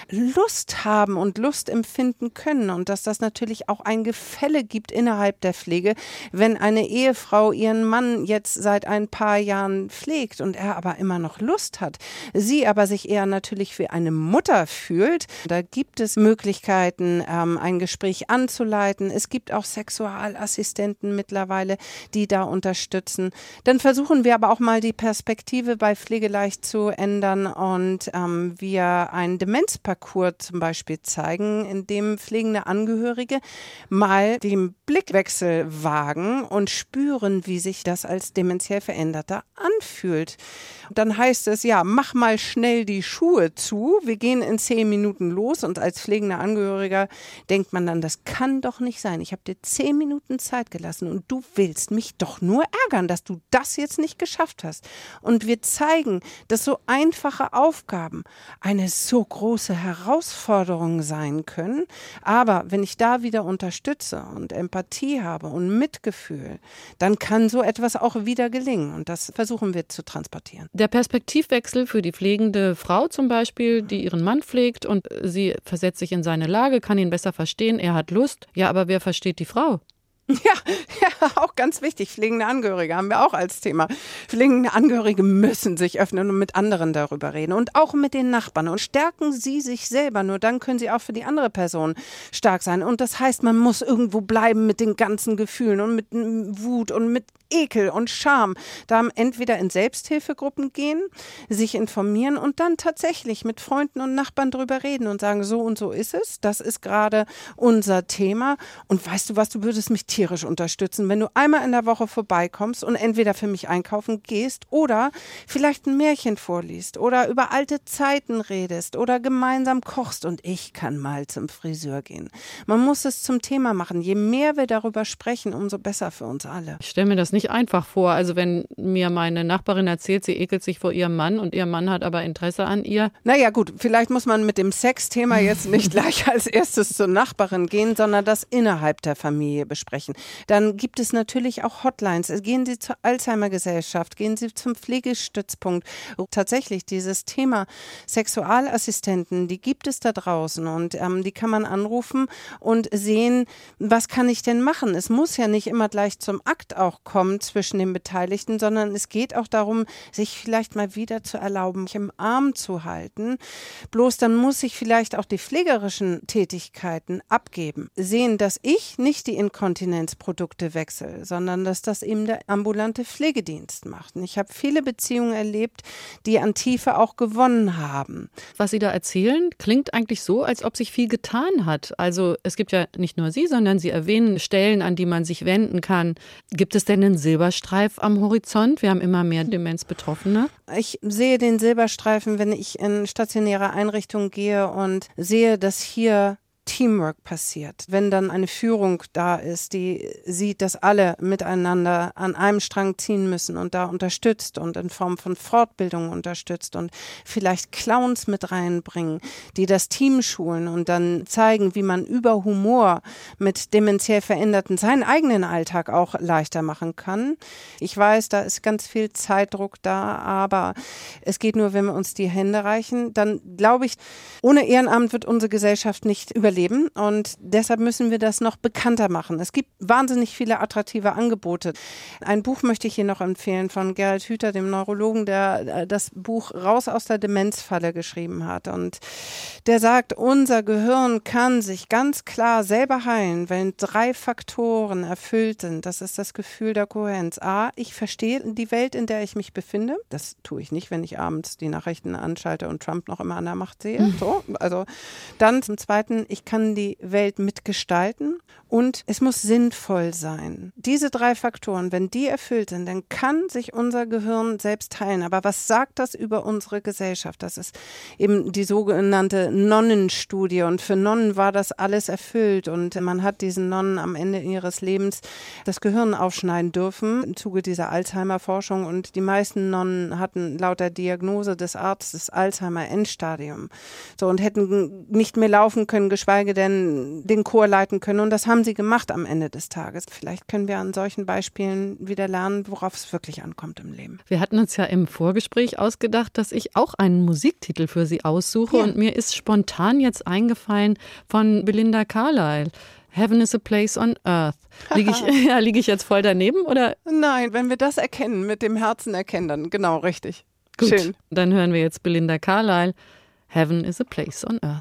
Lust haben und Lust empfinden können und dass das natürlich auch ein Gefälle gibt innerhalb der Pflege, wenn eine Ehefrau ihren Mann jetzt seit ein paar Jahren pflegt und er aber immer noch Lust hat, sie aber sich eher natürlich wie eine Mutter fühlt. Da gibt es Möglichkeiten, ähm, ein Gespräch anzuleiten. Es gibt auch Sexualassistenten mittlerweile, die da unterstützen. Dann versuchen wir aber auch mal die Perspektive bei Pflege leicht zu ändern und ähm, wir einen Demenzparcours zum Beispiel zeigen, in dem pflegende Angehörige mal den Blickwechsel wagen und spüren, wie sich das als dementiell Veränderter anfühlt. Dann heißt es, ja, mach mal schnell die Schuhe zu, wir gehen in zehn Minuten los und als pflegender Angehöriger denkt man dann, das kann doch nicht sein. Ich habe dir zehn Minuten Zeit gelassen und du willst mich doch nur ärgern, dass du das jetzt nicht geschafft hast. Und wir zeigen, dass so einfache Aufgaben eine so große Herausforderung sein können. Aber wenn ich da wieder unterstütze und Empathie habe und Mitgefühl, dann kann so etwas auch wieder gelingen. Und das versuchen wir zu transportieren. Der Perspektivwechsel für die pflegende Frau zum Beispiel, die ihren Mann pflegt und sie versetzt sich in seine Lage, kann ihn besser verstehen, er hat Lust. Ja, aber wer versteht die Frau? Ja, ja, auch ganz wichtig. Pflegende Angehörige haben wir auch als Thema. Pflegende Angehörige müssen sich öffnen und mit anderen darüber reden und auch mit den Nachbarn. Und stärken sie sich selber, nur dann können sie auch für die andere Person stark sein. Und das heißt, man muss irgendwo bleiben mit den ganzen Gefühlen und mit Wut und mit Ekel und Scham. Da entweder in Selbsthilfegruppen gehen, sich informieren und dann tatsächlich mit Freunden und Nachbarn drüber reden und sagen, so und so ist es. Das ist gerade unser Thema. Und weißt du was, du würdest mich tierisch unterstützen, wenn du einmal in der Woche vorbeikommst und entweder für mich einkaufen gehst oder vielleicht ein Märchen vorliest oder über alte Zeiten redest oder gemeinsam kochst und ich kann mal zum Friseur gehen. Man muss es zum Thema machen. Je mehr wir darüber sprechen, umso besser für uns alle. Ich stelle mir das nicht einfach vor. Also wenn mir meine Nachbarin erzählt, sie ekelt sich vor ihrem Mann und ihr Mann hat aber Interesse an ihr. Naja gut, vielleicht muss man mit dem Sexthema jetzt nicht gleich als erstes zur Nachbarin gehen, sondern das innerhalb der Familie besprechen. Dann gibt es natürlich auch Hotlines. Gehen Sie zur Alzheimer-Gesellschaft, gehen Sie zum Pflegestützpunkt. Tatsächlich dieses Thema Sexualassistenten, die gibt es da draußen und ähm, die kann man anrufen und sehen, was kann ich denn machen? Es muss ja nicht immer gleich zum Akt auch kommen zwischen den Beteiligten, sondern es geht auch darum, sich vielleicht mal wieder zu erlauben, mich im Arm zu halten. Bloß dann muss ich vielleicht auch die pflegerischen Tätigkeiten abgeben. Sehen, dass ich nicht die Inkontinenzprodukte wechsle, sondern dass das eben der ambulante Pflegedienst macht. Und ich habe viele Beziehungen erlebt, die an Tiefe auch gewonnen haben. Was Sie da erzählen, klingt eigentlich so, als ob sich viel getan hat. Also es gibt ja nicht nur Sie, sondern Sie erwähnen Stellen, an die man sich wenden kann. Gibt es denn einen Silberstreif am Horizont? Wir haben immer mehr Demenzbetroffene. Ich sehe den Silberstreifen, wenn ich in stationäre Einrichtungen gehe und sehe, dass hier Teamwork passiert. Wenn dann eine Führung da ist, die sieht, dass alle miteinander an einem Strang ziehen müssen und da unterstützt und in Form von Fortbildung unterstützt und vielleicht Clowns mit reinbringen, die das Team schulen und dann zeigen, wie man über Humor mit dementiell Veränderten seinen eigenen Alltag auch leichter machen kann. Ich weiß, da ist ganz viel Zeitdruck da, aber es geht nur, wenn wir uns die Hände reichen. Dann glaube ich, ohne Ehrenamt wird unsere Gesellschaft nicht überleben. Leben und deshalb müssen wir das noch bekannter machen. Es gibt wahnsinnig viele attraktive Angebote. Ein Buch möchte ich hier noch empfehlen von Gerald Hüther, dem Neurologen, der das Buch Raus aus der Demenzfalle geschrieben hat. Und der sagt, unser Gehirn kann sich ganz klar selber heilen, wenn drei Faktoren erfüllt sind. Das ist das Gefühl der Kohärenz. A, ich verstehe die Welt, in der ich mich befinde. Das tue ich nicht, wenn ich abends die Nachrichten anschalte und Trump noch immer an der Macht sehe. So, also dann zum Zweiten, ich kann die Welt mitgestalten und es muss sinnvoll sein. Diese drei Faktoren, wenn die erfüllt sind, dann kann sich unser Gehirn selbst heilen. Aber was sagt das über unsere Gesellschaft? Das ist eben die sogenannte Nonnenstudie und für Nonnen war das alles erfüllt und man hat diesen Nonnen am Ende ihres Lebens das Gehirn aufschneiden dürfen im Zuge dieser Alzheimer-Forschung und die meisten Nonnen hatten laut der Diagnose des Arztes Alzheimer-Endstadium. So und hätten nicht mehr laufen können, geschweige denn den Chor leiten können. Und das haben sie gemacht am Ende des Tages. Vielleicht können wir an solchen Beispielen wieder lernen, worauf es wirklich ankommt im Leben. Wir hatten uns ja im Vorgespräch ausgedacht, dass ich auch einen Musiktitel für Sie aussuche. Ja. Und mir ist spontan jetzt eingefallen von Belinda Carlisle. Heaven is a place on earth. Liege ich, ja, liege ich jetzt voll daneben, oder? Nein, wenn wir das erkennen, mit dem Herzen erkennen, dann genau richtig. Gut, schön. Dann hören wir jetzt Belinda Carlisle. Heaven is a place on earth.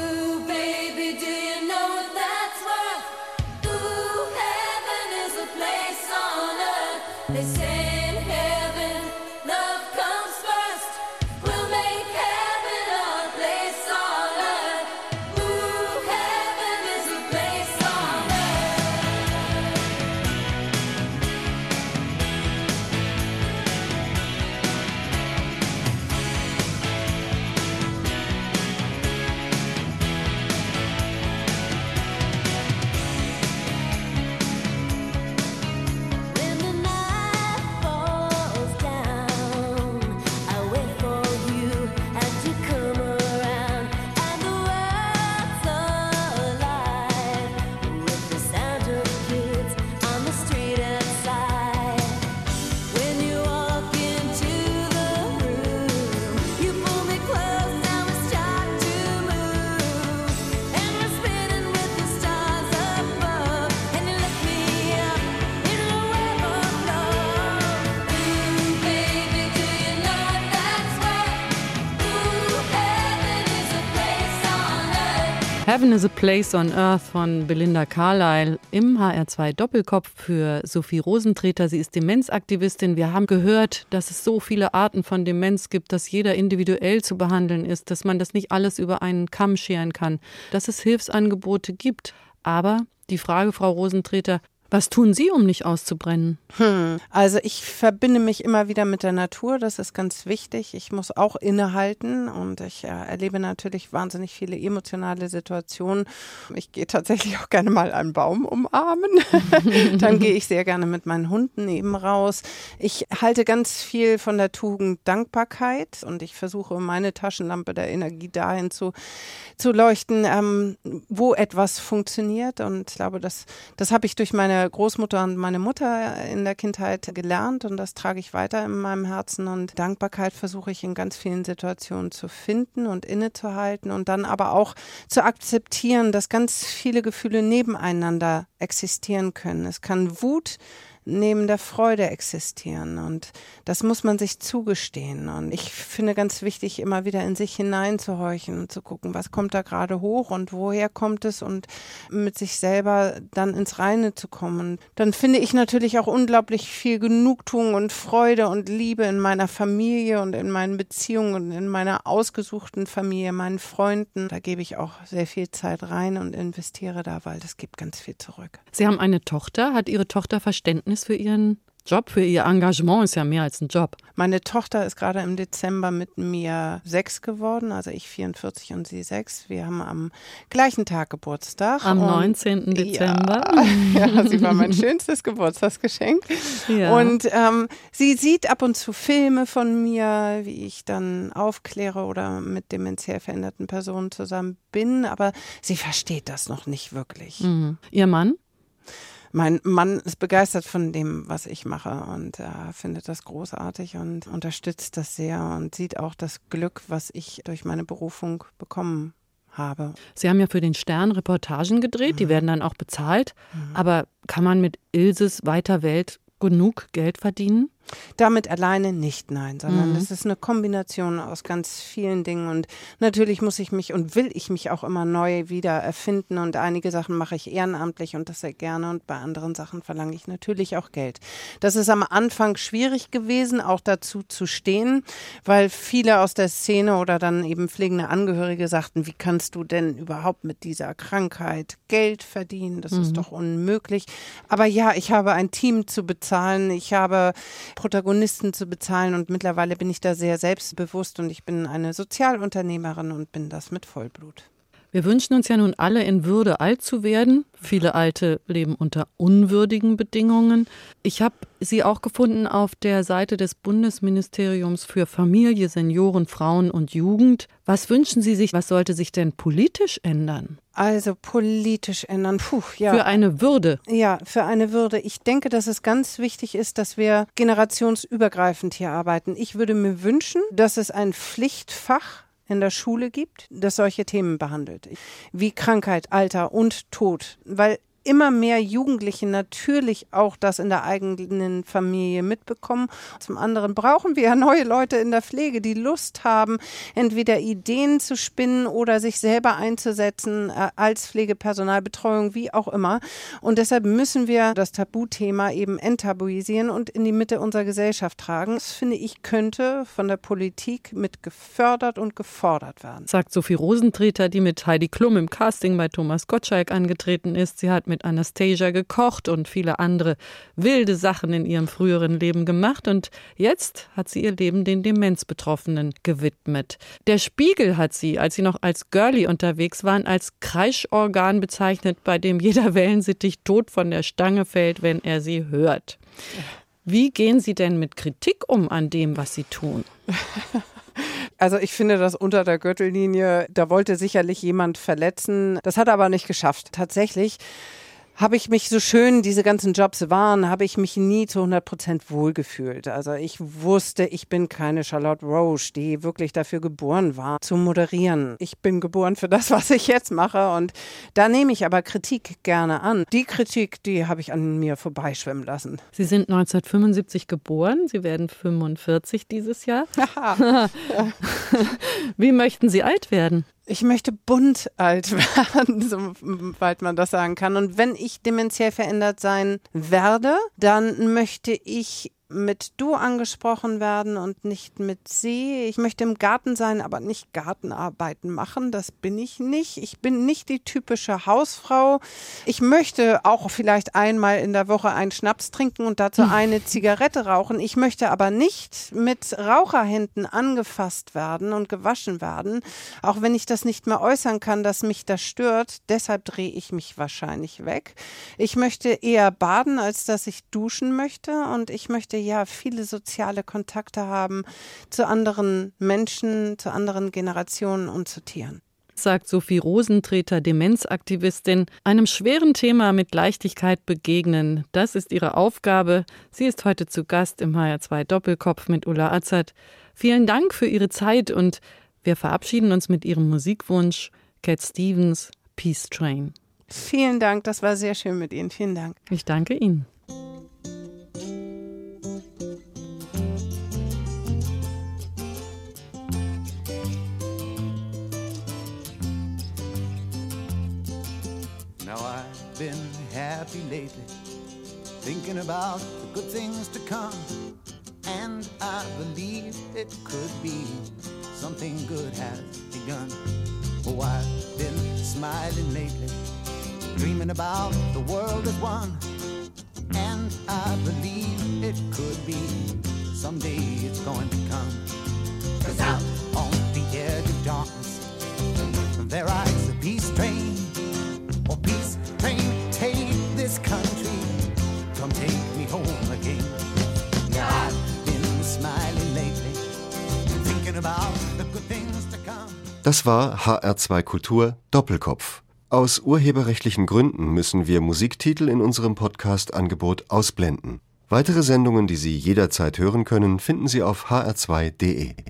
Heaven is a place on earth von Belinda Carlisle im H R zwei Doppelkopf für Sophie Rosentreter. Sie ist Demenzaktivistin. Wir haben gehört, dass es so viele Arten von Demenz gibt, dass jeder individuell zu behandeln ist, dass man das nicht alles über einen Kamm scheren kann, dass es Hilfsangebote gibt. Aber die Frage, Frau Rosentreter, was tun Sie, um nicht auszubrennen? Hm. Also ich verbinde mich immer wieder mit der Natur, das ist ganz wichtig. Ich muss auch innehalten und ich äh, erlebe natürlich wahnsinnig viele emotionale Situationen. Ich gehe tatsächlich auch gerne mal einen Baum umarmen. Dann gehe ich sehr gerne mit meinen Hunden eben raus. Ich halte ganz viel von der Tugend Dankbarkeit und ich versuche meine Taschenlampe der Energie dahin zu, zu leuchten, ähm, wo etwas funktioniert. Und ich glaube, das, das habe ich durch meine Großmutter und meine Mutter in der Kindheit gelernt und das trage ich weiter in meinem Herzen und Dankbarkeit versuche ich in ganz vielen Situationen zu finden und innezuhalten und dann aber auch zu akzeptieren, dass ganz viele Gefühle nebeneinander existieren können. Es kann Wut neben der Freude existieren und das muss man sich zugestehen und ich finde ganz wichtig, immer wieder in sich hineinzuhorchen und zu gucken, was kommt da gerade hoch und woher kommt es und mit sich selber dann ins Reine zu kommen. Dann finde ich natürlich auch unglaublich viel Genugtuung und Freude und Liebe in meiner Familie und in meinen Beziehungen und in meiner ausgesuchten Familie, meinen Freunden. Da gebe ich auch sehr viel Zeit rein und investiere da, weil das gibt ganz viel zurück. Sie haben eine Tochter. Hat Ihre Tochter Verständnis für Ihren Job, für Ihr Engagement? Ist ja mehr als ein Job. Meine Tochter ist gerade im Dezember mit mir sechs geworden, also ich vierundvierzig und sie sechs. Wir haben am gleichen Tag Geburtstag. Am neunzehnten Dezember. Ja, ja, sie war mein schönstes Geburtstagsgeschenk. Ja. Und ähm, sie sieht ab und zu Filme von mir, wie ich dann aufkläre oder mit dementiell veränderten Personen zusammen bin, aber sie versteht das noch nicht wirklich. Mhm. Ihr Mann? Mein Mann ist begeistert von dem, was ich mache und er findet das großartig und unterstützt das sehr und sieht auch das Glück, was ich durch meine Berufung bekommen habe. Sie haben ja für den Stern Reportagen gedreht, mhm. die werden dann auch bezahlt. Mhm. Aber kann man mit Ilses weiter Welt genug Geld verdienen? Damit alleine nicht, nein, sondern Mhm. es ist eine Kombination aus ganz vielen Dingen und natürlich muss ich mich und will ich mich auch immer neu wieder erfinden und einige Sachen mache ich ehrenamtlich und das sehr gerne und bei anderen Sachen verlange ich natürlich auch Geld. Das ist am Anfang schwierig gewesen, auch dazu zu stehen, weil viele aus der Szene oder dann eben pflegende Angehörige sagten, wie kannst du denn überhaupt mit dieser Krankheit Geld verdienen? Das mhm. ist doch unmöglich. Aber ja, ich habe ein Team zu bezahlen, ich habe Protagonisten zu bezahlen und mittlerweile bin ich da sehr selbstbewusst und ich bin eine Sozialunternehmerin und bin das mit Vollblut. Wir wünschen uns ja nun alle in Würde alt zu werden. Viele Alte leben unter unwürdigen Bedingungen. Ich habe Sie auch gefunden auf der Seite des Bundesministeriums für Familie, Senioren, Frauen und Jugend. Was wünschen Sie sich, was sollte sich denn politisch ändern? Also politisch ändern, puh, ja. Für eine Würde. Ja, für eine Würde. Ich denke, dass es ganz wichtig ist, dass wir generationsübergreifend hier arbeiten. Ich würde mir wünschen, dass es ein Pflichtfach in der Schule gibt, das solche Themen behandelt, wie Krankheit, Alter und Tod, weil immer mehr Jugendliche natürlich auch das in der eigenen Familie mitbekommen. Zum anderen brauchen wir ja neue Leute in der Pflege, die Lust haben, entweder Ideen zu spinnen oder sich selber einzusetzen äh, als Pflegepersonal, Betreuung, wie auch immer. Und deshalb müssen wir das Tabuthema eben enttabuisieren und in die Mitte unserer Gesellschaft tragen. Das, finde ich, könnte von der Politik mit gefördert und gefordert werden. Sagt Sophie Rosentreter, die mit Heidi Klum im Casting bei Thomas Gottschalk angetreten ist. Sie hat mit Anastasia gekocht und viele andere wilde Sachen in ihrem früheren Leben gemacht und jetzt hat sie ihr Leben den Demenzbetroffenen gewidmet. Der Spiegel hat sie, als sie noch als Girlie unterwegs waren, als Kreischorgan bezeichnet, bei dem jeder Wellensittich tot von der Stange fällt, wenn er sie hört. Wie gehen Sie denn mit Kritik um an dem, was Sie tun? Also ich finde das unter der Gürtellinie, da wollte sicherlich jemand verletzen. Das hat er aber nicht geschafft. Tatsächlich habe ich mich, so schön diese ganzen Jobs waren, habe ich mich nie zu hundert Prozent wohlgefühlt. Also ich wusste, ich bin keine Charlotte Roche, die wirklich dafür geboren war, zu moderieren. Ich bin geboren für das, was ich jetzt mache und da nehme ich aber Kritik gerne an. Die Kritik, die habe ich an mir vorbeischwimmen lassen. Sie sind neunzehnhundertfünfundsiebzig geboren, Sie werden fünfundvierzig dieses Jahr. Wie möchten Sie alt werden? Ich möchte bunt alt werden, soweit man das sagen kann. Und wenn ich dementiell verändert sein werde, dann möchte ich mit du angesprochen werden und nicht mit sie. Ich möchte im Garten sein, aber nicht Gartenarbeiten machen. Das bin ich nicht. Ich bin nicht die typische Hausfrau. Ich möchte auch vielleicht einmal in der Woche einen Schnaps trinken und dazu eine Zigarette rauchen. Ich möchte aber nicht mit Raucherhänden angefasst werden und gewaschen werden. Auch wenn ich das nicht mehr äußern kann, dass mich das stört. Deshalb drehe ich mich wahrscheinlich weg. Ich möchte eher baden, als dass ich duschen möchte. Und ich möchte ja viele soziale Kontakte haben zu anderen Menschen, zu anderen Generationen und zu Tieren. Sagt Sophie Rosentreter, Demenzaktivistin, einem schweren Thema mit Leichtigkeit begegnen. Das ist ihre Aufgabe. Sie ist heute zu Gast im H R zwei Doppelkopf mit Ulla Azad. Vielen Dank für Ihre Zeit und wir verabschieden uns mit Ihrem Musikwunsch Cat Stevens, Peace Train. Vielen Dank, das war sehr schön mit Ihnen. Vielen Dank. Ich danke Ihnen. Now I've been happy lately, thinking about the good things to come, and I believe it could be something good has begun. Oh, I've been smiling lately, dreaming about the world as one, and I believe it could be someday it's going to come. 'Cause out on the edge of darkness, there rides a peace train. Oh, peace train, take this country, come take me home again. Now I've been smiling lately, thinking about the good things to come. Das war H R zwei Kultur Doppelkopf. Aus urheberrechtlichen Gründen müssen wir Musiktitel in unserem Podcast-Angebot ausblenden. Weitere Sendungen, die Sie jederzeit hören können, finden Sie auf h r zwei punkt d e.